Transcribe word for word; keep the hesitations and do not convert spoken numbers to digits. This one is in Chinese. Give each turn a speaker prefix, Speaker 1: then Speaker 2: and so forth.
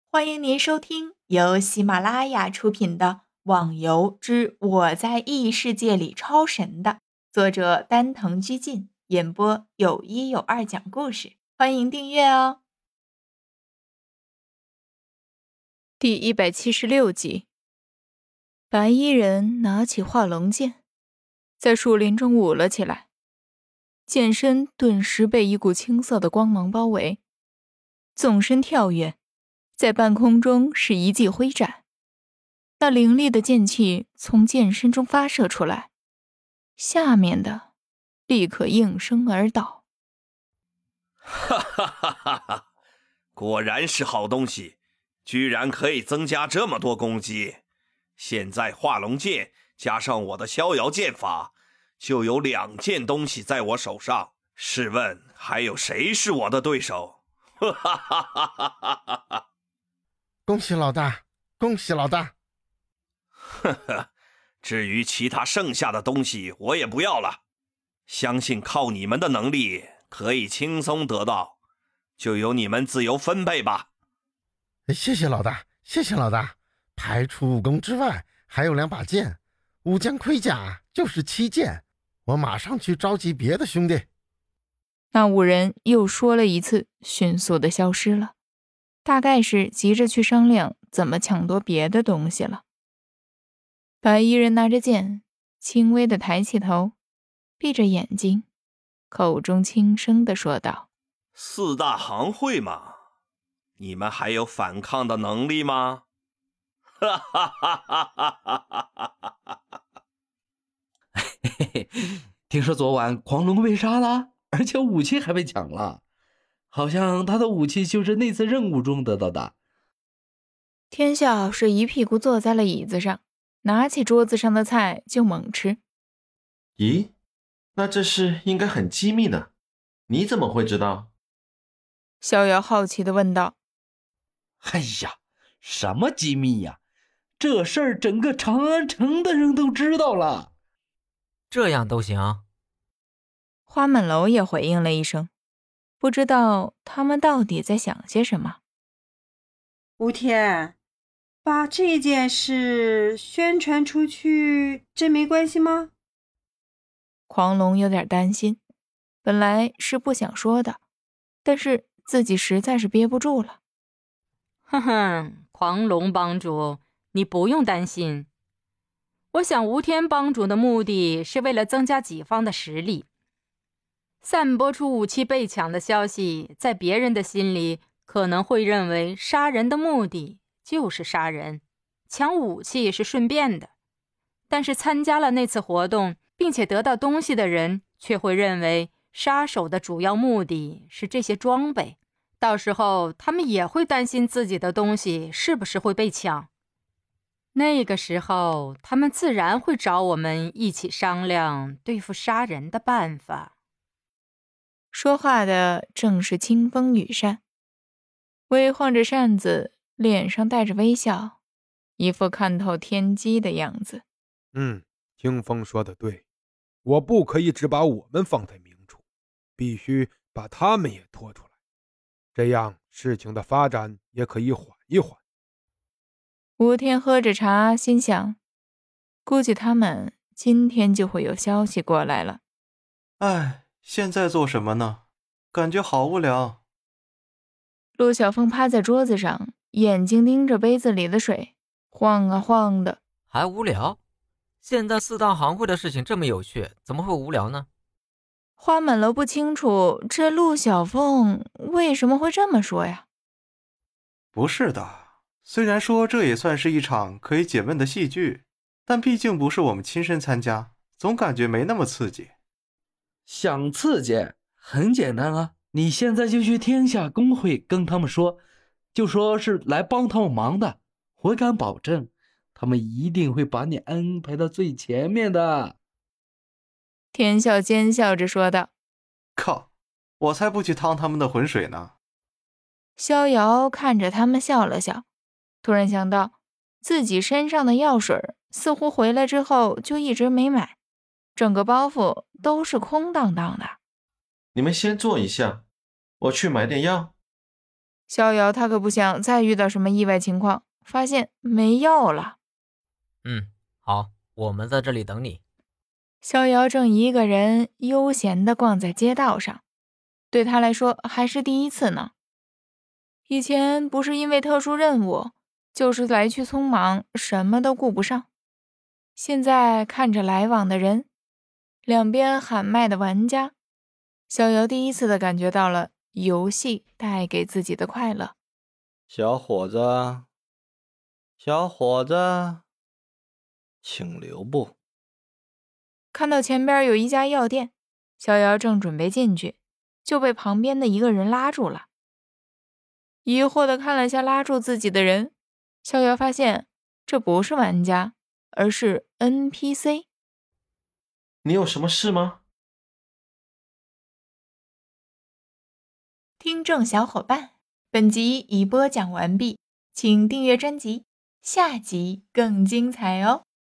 Speaker 1: 欢迎您收听由喜马拉雅出品的《网游之我在异世界里超神》的作者丹藤居进演播，有一有二讲故事。欢迎订阅哦。第一百七十六集，白衣人拿起画龙剑，在树林中舞了起来，剑身顿时被一股青色的光芒包围，纵身跳跃，在半空中是一记挥斩，那凌厉的剑气从剑身中发射出来，下面的立刻应声而倒。
Speaker 2: 哈哈哈哈哈！果然是好东西，居然可以增加这么多攻击。现在画龙剑加上我的逍遥剑法，就有两件东西在我手上。试问还有谁是我的对手？哈哈哈哈哈哈！
Speaker 3: 恭喜老大，恭喜老大！
Speaker 2: 呵呵，至于其他剩下的东西，我也不要了。相信靠你们的能力，可以轻松得到，就由你们自由分配吧。
Speaker 3: 谢谢老大，谢谢老大。排除武功之外，还有两把剑，武将盔甲就是七件。我马上去召集别的兄弟。
Speaker 1: 那五人又说了一次，迅速的消失了。大概是急着去商量怎么抢夺别的东西了。白衣人拿着剑，轻微的抬起头，闭着眼睛，口中轻声地说道：
Speaker 2: 四大行会嘛，你们还有反抗的能力吗？哈哈哈哈哈哈哈哈！
Speaker 4: 嘿嘿，听说昨晚狂龙被杀了，而且武器还被抢了。好像他的武器就是那次任务中得到的。
Speaker 1: 天笑是一屁股坐在了椅子上，拿起桌子上的菜就猛吃。
Speaker 5: 咦，那这事应该很机密的，你怎么会知道？
Speaker 1: 逍遥好奇地问道。
Speaker 4: 哎呀，什么机密呀？这事儿整个长安城的人都知道了。
Speaker 6: 这样都行？
Speaker 1: 花满楼也回应了一声。不知道他们到底在想些什么。
Speaker 7: 吴天，把这件事宣传出去，真没关系吗？
Speaker 1: 狂龙有点担心，本来是不想说的，但是自己实在是憋不住了。
Speaker 8: 哼哼，狂龙帮主，你不用担心。我想吴天帮主的目的是为了增加己方的实力。散播出武器被抢的消息，在别人的心里可能会认为杀人的目的就是杀人，抢武器是顺便的。但是参加了那次活动并且得到东西的人却会认为杀手的主要目的是这些装备，到时候他们也会担心自己的东西是不是会被抢。那个时候他们自然会找我们一起商量对付杀人的办法。
Speaker 1: 说话的正是清风羽扇，微晃着扇子，脸上带着微笑，一副看透天机的样子。
Speaker 9: 嗯，清风说的对，我不可以只把我们放在明处，必须把他们也拖出来，这样事情的发展也可以缓一缓。
Speaker 1: 吴天喝着茶，心想，估计他们今天就会有消息过来了。
Speaker 10: 哎，现在做什么呢？感觉好无聊。
Speaker 1: 陆小凤趴在桌子上，眼睛盯着杯子里的水，晃啊晃的。
Speaker 6: 还无聊？现在四大行会的事情这么有趣，怎么会无聊呢？
Speaker 1: 花满楼不清楚这陆小凤为什么会这么说呀？
Speaker 10: 不是的，虽然说这也算是一场可以解闷的戏剧，但毕竟不是我们亲身参加，总感觉没那么刺激。
Speaker 4: 想刺激很简单啊，你现在就去天下公会跟他们说，就说是来帮他们忙的，我敢保证他们一定会把你安排到最前面的。
Speaker 1: 天笑奸笑着说道。
Speaker 10: 靠，我才不去趟他们的浑水呢。
Speaker 1: 逍遥看着他们笑了笑，突然想到自己身上的药水似乎回来之后就一直没买，整个包袱都是空荡荡的。
Speaker 5: 你们先坐一下，我去买点药。
Speaker 1: 逍遥他可不想再遇到什么意外情况，发现没药了。
Speaker 6: 嗯，好，我们在这里等你。
Speaker 1: 逍遥正一个人悠闲地逛在街道上，对他来说还是第一次呢。以前不是因为特殊任务，就是来去匆忙，什么都顾不上。现在看着来往的人，两边喊麦的玩家，逍遥第一次的感觉到了游戏带给自己的快乐。
Speaker 11: 小伙子，小伙子，请留步。
Speaker 1: 看到前边有一家药店，逍遥正准备进去，就被旁边的一个人拉住了。疑惑地看了下拉住自己的人，逍遥发现这不是玩家，而是 N P C。
Speaker 5: 你有什么事吗？
Speaker 1: 听众小伙伴，本集已播讲完毕，请订阅专辑，下集更精彩哦。